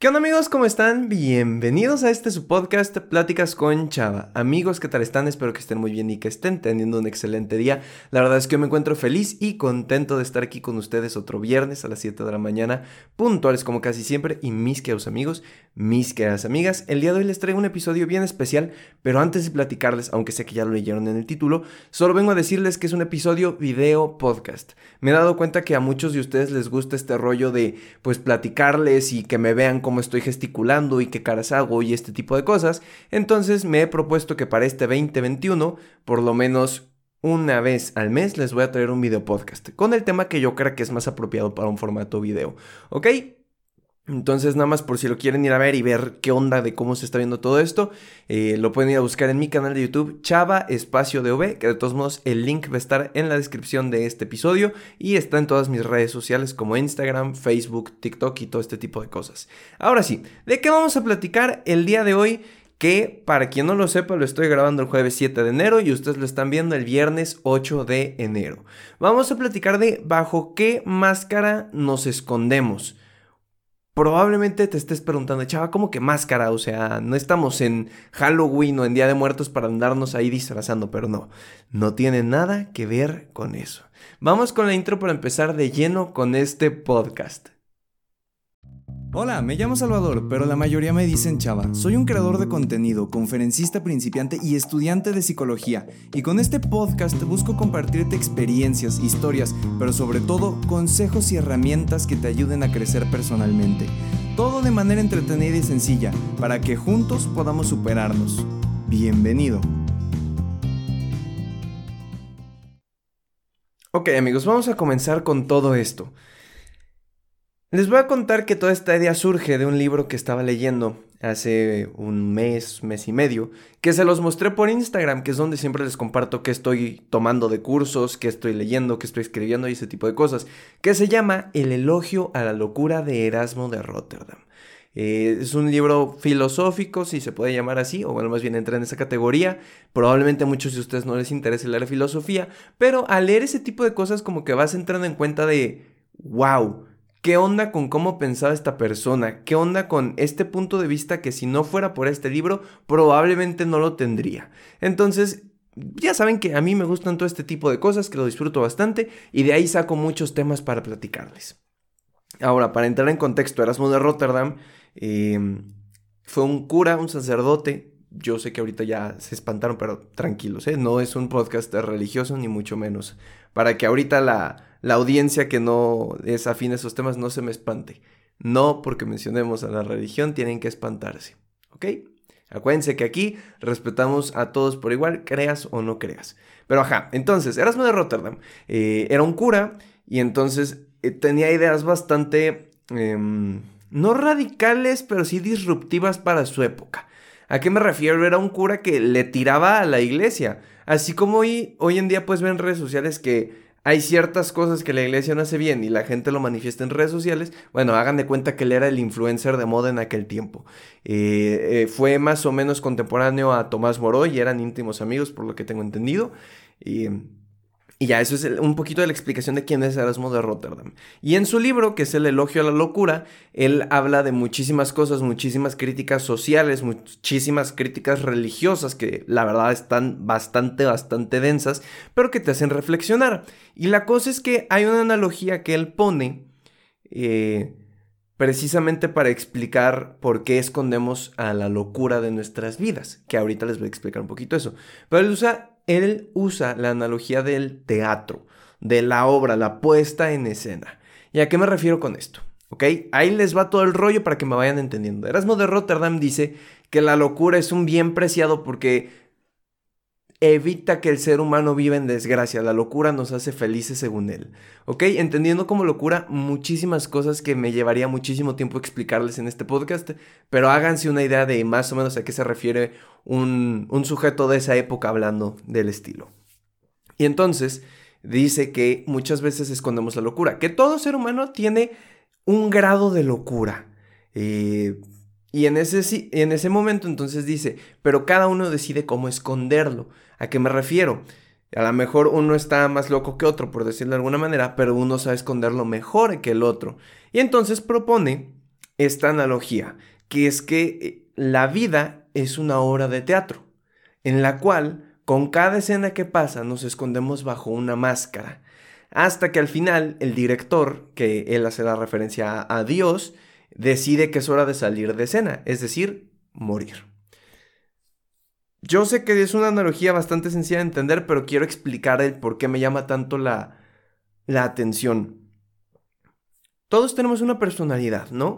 ¿Qué onda amigos? ¿Cómo están? Bienvenidos a su podcast Pláticas con Chava. Amigos, ¿qué tal están? Espero que estén muy bien y que estén teniendo un excelente día. La verdad es que yo me encuentro feliz y contento de estar aquí con ustedes otro viernes a las 7 de la mañana, puntuales como casi siempre. Y mis queridos amigos, mis queridas amigas, el día de hoy les traigo un episodio bien especial, pero antes de platicarles, aunque sé que ya lo leyeron en el título, solo vengo a decirles que es un episodio video podcast. Me he dado cuenta que a muchos de ustedes les gusta este rollo de, pues, platicarles y que me vean cómo estoy gesticulando y qué caras hago y este tipo de cosas. Entonces me he propuesto que para este 2021, por lo menos una vez al mes, les voy a traer un video podcast con el tema que yo creo que es más apropiado para un formato video, ¿ok? Entonces nada más por si lo quieren ir a ver y ver qué onda de cómo se está viendo todo esto, lo pueden ir a buscar en mi canal de YouTube, Chava Espacio DV, que de todos modos el link va a estar en la descripción de este episodio y está en todas mis redes sociales como Instagram, Facebook, TikTok y todo este tipo de cosas. Ahora sí, ¿de qué vamos a platicar el día de hoy? Que para quien no lo sepa, lo estoy grabando el jueves 7 de enero y ustedes lo están viendo el viernes 8 de enero. Vamos a platicar de bajo qué máscara nos escondemos. Probablemente te estés preguntando, Chava, ¿cómo que máscara? O sea, no estamos en Halloween o en Día de Muertos para andarnos ahí disfrazando, pero no tiene nada que ver con eso. Vamos con la intro para empezar de lleno con este podcast. Hola, me llamo Salvador, pero la mayoría me dicen Chava. Soy un creador de contenido, conferencista principiante y estudiante de psicología. Y con este podcast busco compartirte experiencias, historias, pero sobre todo consejos y herramientas que te ayuden a crecer personalmente. Todo de manera entretenida y sencilla, para que juntos podamos superarnos. Bienvenido. Ok amigos, vamos a comenzar con todo esto. Les voy a contar que toda esta idea surge de un libro que estaba leyendo hace un mes y medio, que se los mostré por Instagram, que es donde siempre les comparto qué estoy tomando de cursos, qué estoy leyendo, qué estoy escribiendo y ese tipo de cosas, que se llama El elogio a la locura de Erasmo de Róterdam. Es un libro filosófico, si se puede llamar así, o bueno, más bien entra en esa categoría. Probablemente a muchos de ustedes no les interese leer filosofía, pero al leer ese tipo de cosas como que vas entrando en cuenta de, wow, ¿qué onda con cómo pensaba esta persona? ¿Qué onda con este punto de vista que si no fuera por este libro, probablemente no lo tendría? Entonces, ya saben que a mí me gustan todo este tipo de cosas, que lo disfruto bastante, y de ahí saco muchos temas para platicarles. Ahora, para entrar en contexto, Erasmo de Róterdam fue un cura, un sacerdote. Yo sé que ahorita ya se espantaron, pero tranquilos, no es un podcast religioso, ni mucho menos. Para que ahorita la audiencia que no es afín a esos temas no se me espante. No porque mencionemos a la religión tienen que espantarse, ¿ok? Acuérdense que aquí respetamos a todos por igual, creas o no creas. Pero ajá, entonces, Erasmo de Róterdam era un cura y entonces tenía ideas bastante, no radicales, pero sí disruptivas para su época. ¿A qué me refiero? Era un cura que le tiraba a la iglesia. Así como hoy en día pues ven en redes sociales que hay ciertas cosas que la iglesia no hace bien y la gente lo manifiesta en redes sociales. Bueno, hagan de cuenta que él era el influencer de moda en aquel tiempo. Fue más o menos contemporáneo a Tomás Moro y eran íntimos amigos por lo que tengo entendido. Y ya, eso es un poquito de la explicación de quién es Erasmo de Róterdam. Y en su libro, que es El elogio a la locura, él habla de muchísimas cosas, muchísimas críticas sociales, muchísimas críticas religiosas que la verdad están bastante densas, pero que te hacen reflexionar. Y la cosa es que hay una analogía que él pone precisamente para explicar por qué escondemos a la locura de nuestras vidas, que ahorita les voy a explicar un poquito eso. Pero él usa la analogía del teatro, de la obra, la puesta en escena. ¿Y a qué me refiero con esto? ¿Ok? Ahí les va todo el rollo para que me vayan entendiendo. Erasmo de Róterdam dice que la locura es un bien preciado porque evita que el ser humano viva en desgracia. La locura nos hace felices según él, ¿ok? Entendiendo como locura muchísimas cosas que me llevaría muchísimo tiempo explicarles en este podcast, pero háganse una idea de más o menos a qué se refiere un sujeto de esa época hablando del estilo. Y entonces dice que muchas veces escondemos la locura, que todo ser humano tiene un grado de locura. Y en ese momento entonces dice, pero cada uno decide cómo esconderlo. ¿A qué me refiero? A lo mejor uno está más loco que otro, por decirlo de alguna manera, pero uno sabe esconderlo mejor que el otro. Y entonces propone esta analogía, que es que la vida es una obra de teatro, en la cual con cada escena que pasa nos escondemos bajo una máscara, hasta que al final el director, que él hace la referencia a Dios, decide que es hora de salir de escena, es decir, morir. Yo sé que es una analogía bastante sencilla de entender, pero quiero explicar el por qué me llama tanto la atención. Todos tenemos una personalidad, ¿no?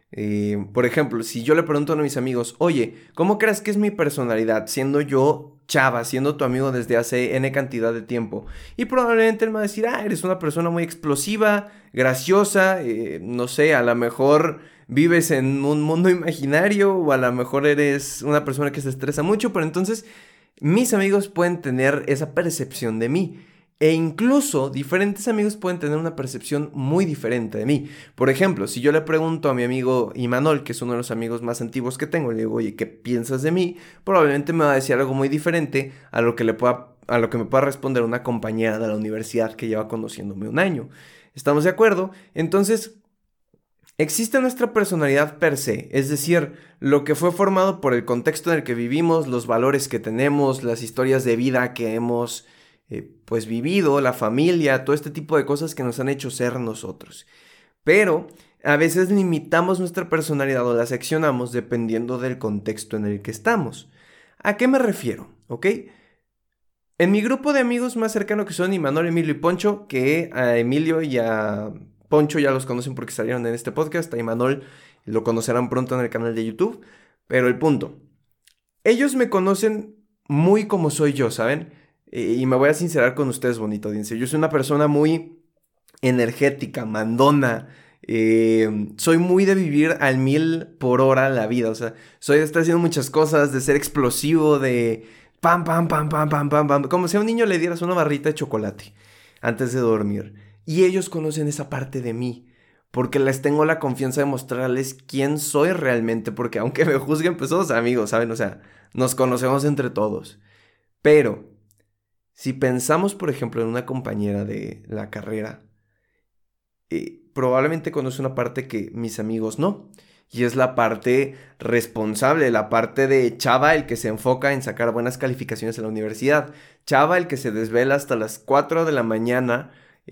Por ejemplo, si yo le pregunto a mis amigos, oye, ¿cómo crees que es mi personalidad? Siendo yo Chava, siendo tu amigo desde hace N cantidad de tiempo. Y probablemente él me va a decir, eres una persona muy explosiva, graciosa, no sé, a lo mejor vives en un mundo imaginario o a lo mejor eres una persona que se estresa mucho, pero entonces mis amigos pueden tener esa percepción de mí. E incluso diferentes amigos pueden tener una percepción muy diferente de mí. Por ejemplo, si yo le pregunto a mi amigo Imanol, que es uno de los amigos más antiguos que tengo, le digo, oye, ¿qué piensas de mí? Probablemente me va a decir algo muy diferente a lo que me pueda responder una compañera de la universidad que lleva conociéndome un año. ¿Estamos de acuerdo? Entonces, existe nuestra personalidad per se, es decir, lo que fue formado por el contexto en el que vivimos, los valores que tenemos, las historias de vida que hemos pues vivido, la familia, todo este tipo de cosas que nos han hecho ser nosotros. Pero a veces limitamos nuestra personalidad o la seccionamos dependiendo del contexto en el que estamos. ¿A qué me refiero? ¿Ok? En mi grupo de amigos más cercano, que son Imanol, Emilio y Poncho, que a Emilio y a Poncho ya los conocen porque salieron en este podcast, a Imanol lo conocerán pronto en el canal de YouTube, pero el punto, ellos me conocen muy como soy yo, ¿saben? Y me voy a sincerar con ustedes, bonita audiencia. Yo soy una persona muy energética, mandona. Soy muy de vivir al 1000 por hora la vida. O sea, soy de estar haciendo muchas cosas, de ser explosivo, de pam, pam, pam, pam, pam, pam, pam. Como si a un niño le dieras una barrita de chocolate antes de dormir. Y ellos conocen esa parte de mí. Porque les tengo la confianza de mostrarles quién soy realmente. Porque aunque me juzguen, pues somos amigos, ¿saben? O sea, nos conocemos entre todos. Pero si pensamos, por ejemplo, en una compañera de la carrera, probablemente conoce una parte que mis amigos no. Y es la parte responsable, la parte de Chava, el que se enfoca en sacar buenas calificaciones en la universidad. Chava, el que se desvela hasta las 4 de la mañana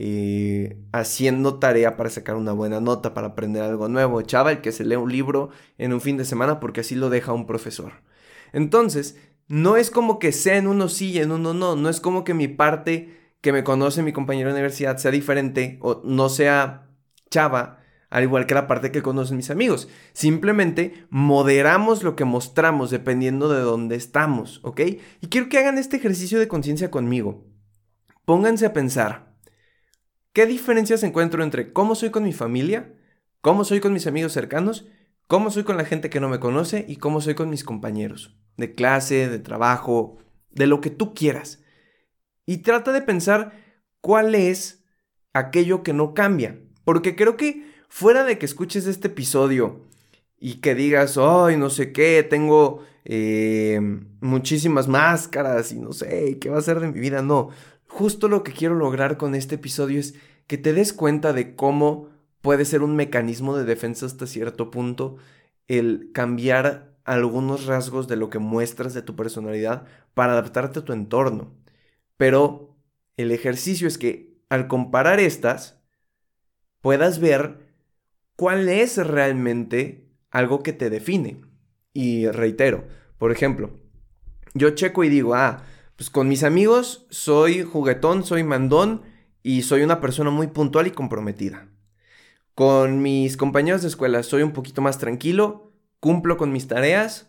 haciendo tarea para sacar una buena nota, para aprender algo nuevo. Chava, el que se lee un libro en un fin de semana porque así lo deja un profesor. Entonces, no es como que sea en uno sí y en uno no. No es como que mi parte que me conoce mi compañero de universidad sea diferente o no sea Chava, al igual que la parte que conocen mis amigos. Simplemente moderamos lo que mostramos dependiendo de dónde estamos, ¿ok? Y quiero que hagan este ejercicio de conciencia conmigo. Pónganse a pensar, ¿qué diferencias encuentro entre cómo soy con mi familia, cómo soy con mis amigos cercanos, cómo soy con la gente que no me conoce y cómo soy con mis compañeros de clase, de trabajo, de lo que tú quieras? Y trata de pensar cuál es aquello que no cambia. Porque creo que fuera de que escuches este episodio y que digas, ay, no sé qué, tengo muchísimas máscaras y no sé, ¿qué va a ser de mi vida? No, justo lo que quiero lograr con este episodio es que te des cuenta de cómo puede ser un mecanismo de defensa hasta cierto punto el cambiar algunos rasgos de lo que muestras de tu personalidad para adaptarte a tu entorno. Pero el ejercicio es que al comparar estas, puedas ver cuál es realmente algo que te define. Y reitero, por ejemplo, yo checo y digo, pues con mis amigos soy juguetón, soy mandón y soy una persona muy puntual y comprometida. Con mis compañeros de escuela soy un poquito más tranquilo, cumplo con mis tareas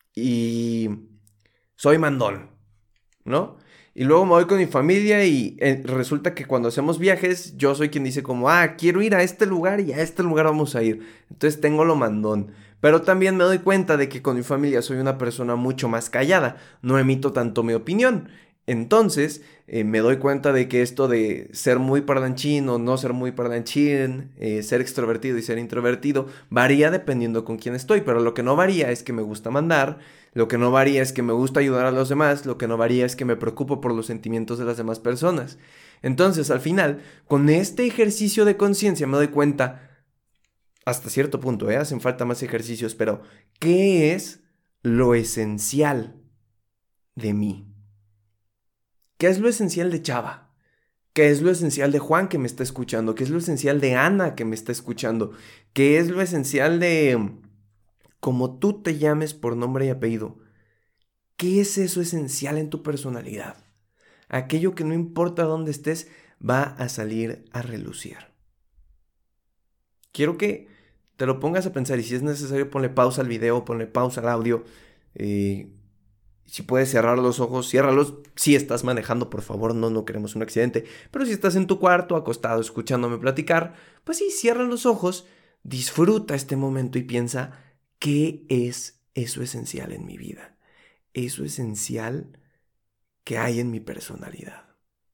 y soy mandón, ¿no? Y luego me voy con mi familia y resulta que cuando hacemos viajes, yo soy quien dice como, quiero ir a este lugar y a este lugar vamos a ir. Entonces tengo lo mandón. Pero también me doy cuenta de que con mi familia soy una persona mucho más callada. No emito tanto mi opinión. Entonces me doy cuenta de que esto de ser muy parlanchín o no ser muy parlanchín, ser extrovertido y ser introvertido, varía dependiendo con quién estoy. Pero lo que no varía es que me gusta mandar. Lo que no varía es que me gusta ayudar a los demás, lo que no varía es que me preocupo por los sentimientos de las demás personas. Entonces, al final, con este ejercicio de conciencia me doy cuenta, hasta cierto punto, hacen falta más ejercicios, pero ¿qué es lo esencial de mí? ¿Qué es lo esencial de Chava? ¿Qué es lo esencial de Juan que me está escuchando? ¿Qué es lo esencial de Ana que me está escuchando? ¿Qué es lo esencial de, como tú te llames por nombre y apellido? ¿Qué es eso esencial en tu personalidad? Aquello que no importa dónde estés, va a salir a relucir. Quiero que te lo pongas a pensar y si es necesario ponle pausa al video, ponle pausa al audio. Si puedes cerrar los ojos, ciérralos. Si estás manejando, por favor, no queremos un accidente. Pero si estás en tu cuarto, acostado, escuchándome platicar, pues sí, cierra los ojos, disfruta este momento y piensa, ¿qué es eso esencial en mi vida? Eso esencial que hay en mi personalidad.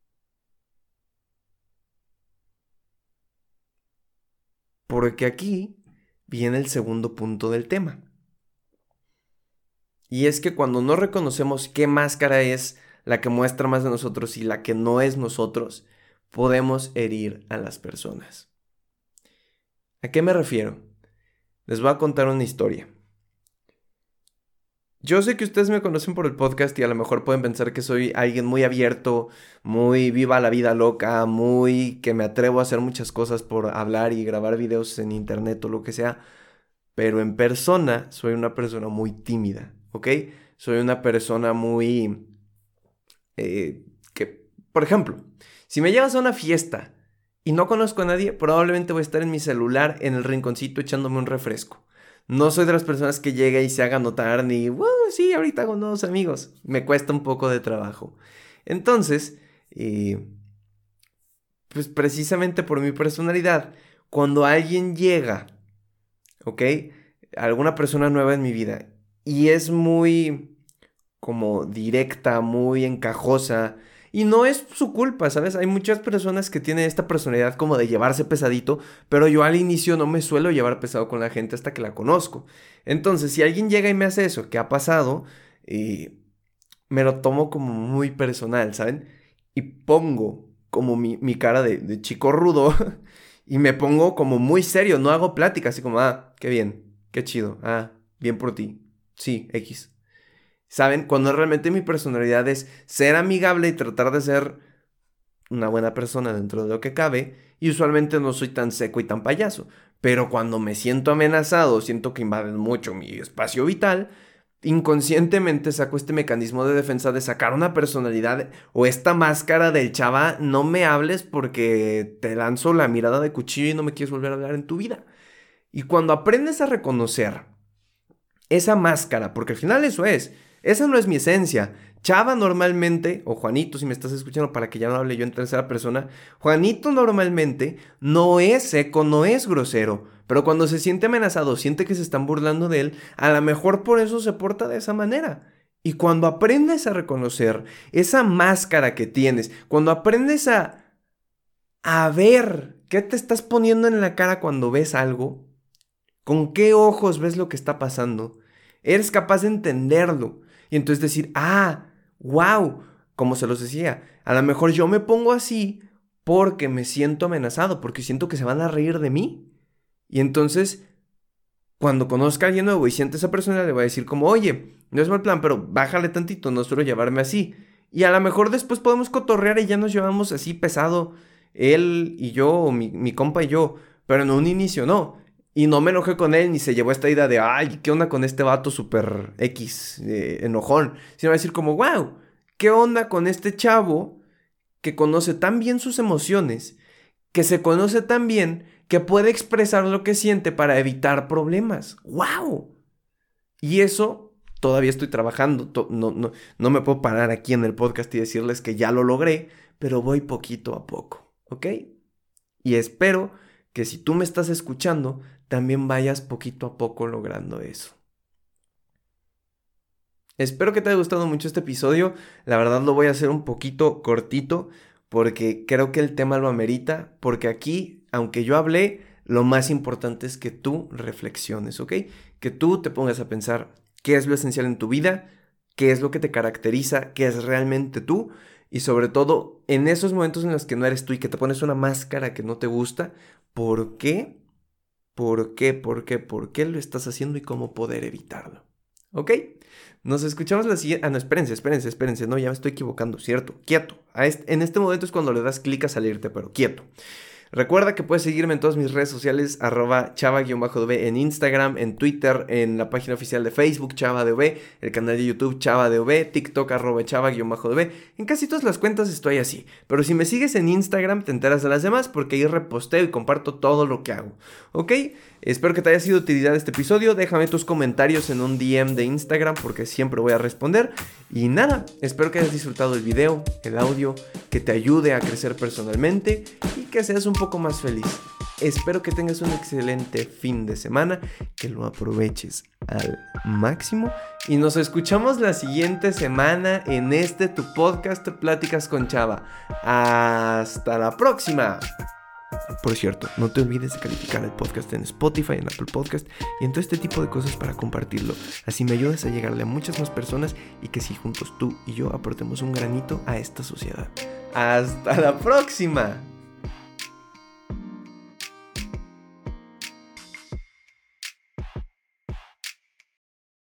Porque aquí viene el segundo punto del tema. Y es que cuando no reconocemos qué máscara es la que muestra más de nosotros y la que no es nosotros, podemos herir a las personas. ¿A qué me refiero? Les voy a contar una historia. Yo sé que ustedes me conocen por el podcast y a lo mejor pueden pensar que soy alguien muy abierto, muy viva la vida loca, muy que me atrevo a hacer muchas cosas por hablar y grabar videos en internet o lo que sea, pero en persona soy una persona muy tímida, ¿ok? Soy una persona muy... por ejemplo, si me llevas a una fiesta y no conozco a nadie, probablemente voy a estar en mi celular en el rinconcito echándome un refresco. No soy de las personas que llega y se haga notar ni, sí, ahorita hago nuevos amigos. Me cuesta un poco de trabajo. Entonces, pues precisamente por mi personalidad, cuando alguien llega, ¿ok? Alguna persona nueva en mi vida y es muy como directa, muy encajosa. Y no es su culpa, ¿sabes? Hay muchas personas que tienen esta personalidad como de llevarse pesadito, pero yo al inicio no me suelo llevar pesado con la gente hasta que la conozco. Entonces, si alguien llega y me hace eso, ¿qué ha pasado? Me lo tomo como muy personal, ¿saben? Y pongo como mi cara de chico rudo y me pongo como muy serio, no hago plática, así como, qué bien, qué chido, bien por ti, sí, X. ¿Saben? Cuando realmente mi personalidad es ser amigable y tratar de ser una buena persona dentro de lo que cabe, y usualmente no soy tan seco y tan payaso. Pero cuando me siento amenazado, siento que invaden mucho mi espacio vital, inconscientemente saco este mecanismo de defensa de sacar una personalidad o esta máscara del chava, no me hables porque te lanzo la mirada de cuchillo y no me quieres volver a hablar en tu vida. Y cuando aprendes a reconocer esa máscara, porque al final eso es, esa no es mi esencia. Chava normalmente, o Juanito, si me estás escuchando para que ya no hable yo en tercera persona, Juanito normalmente no es seco, no es grosero, pero cuando se siente amenazado, siente que se están burlando de él, a lo mejor por eso se porta de esa manera. Y cuando aprendes a reconocer esa máscara que tienes, cuando aprendes a ver qué te estás poniendo en la cara cuando ves algo, con qué ojos ves lo que está pasando, eres capaz de entenderlo y entonces decir, wow, como se los decía, a lo mejor yo me pongo así porque me siento amenazado, porque siento que se van a reír de mí. Y entonces, cuando conozca a alguien nuevo y siente esa persona, le voy a decir como, oye, no es mal plan, pero bájale tantito, no suelo llevarme así. Y a lo mejor después podemos cotorrear y ya nos llevamos así pesado, él y yo, o mi compa y yo, pero en un inicio no. Y no me enojé con él, ni se llevó esta idea de, ay, ¿qué onda con este vato super X, enojón? Sino decir como, wow, ¿qué onda con este chavo que conoce tan bien sus emociones, que se conoce tan bien, que puede expresar lo que siente para evitar problemas? ¡Wow! Y eso todavía estoy trabajando. No me puedo parar aquí en el podcast y decirles que ya lo logré, pero voy poquito a poco, ¿ok? Y espero que si tú me estás escuchando, también vayas poquito a poco logrando eso. Espero que te haya gustado mucho este episodio. La verdad lo voy a hacer un poquito cortito porque creo que el tema lo amerita. Porque aquí, aunque yo hablé, lo más importante es que tú reflexiones, ¿ok? Que tú te pongas a pensar qué es lo esencial en tu vida, qué es lo que te caracteriza, qué es realmente tú. Y sobre todo, en esos momentos en los que no eres tú y que te pones una máscara que no te gusta, ¿por qué ¿Por qué? ¿Por qué lo estás haciendo y cómo poder evitarlo? ¿Ok? Nos escuchamos la siguiente... no, espérense. No, ya me estoy equivocando, ¿cierto? Quieto. En este momento es cuando le das clic a salirte, pero quieto. Recuerda que puedes seguirme en todas mis redes sociales, @chava_dv, en Instagram, en Twitter, en la página oficial de Facebook, ChavaDV, el canal de YouTube, ChavaDV, TikTok, @chava_dv. En casi todas las cuentas estoy así. Pero si me sigues en Instagram, te enteras de las demás, porque ahí reposteo y comparto todo lo que hago. ¿Ok? Espero que te haya sido de utilidad este episodio. Déjame tus comentarios en un DM de Instagram, porque siempre voy a responder. Y nada, espero que hayas disfrutado el video, el audio, que te ayude a crecer personalmente y que seas un poco más feliz. Espero que tengas un excelente fin de semana, que lo aproveches al máximo y nos escuchamos la siguiente semana en tu podcast Pláticas con Chava. ¡Hasta la próxima! Por cierto, no te olvides de calificar el podcast en Spotify, en Apple Podcast y en todo este tipo de cosas para compartirlo. Así me ayudas a llegarle a muchas más personas y que si juntos tú y yo aportemos un granito a esta sociedad. ¡Hasta la próxima!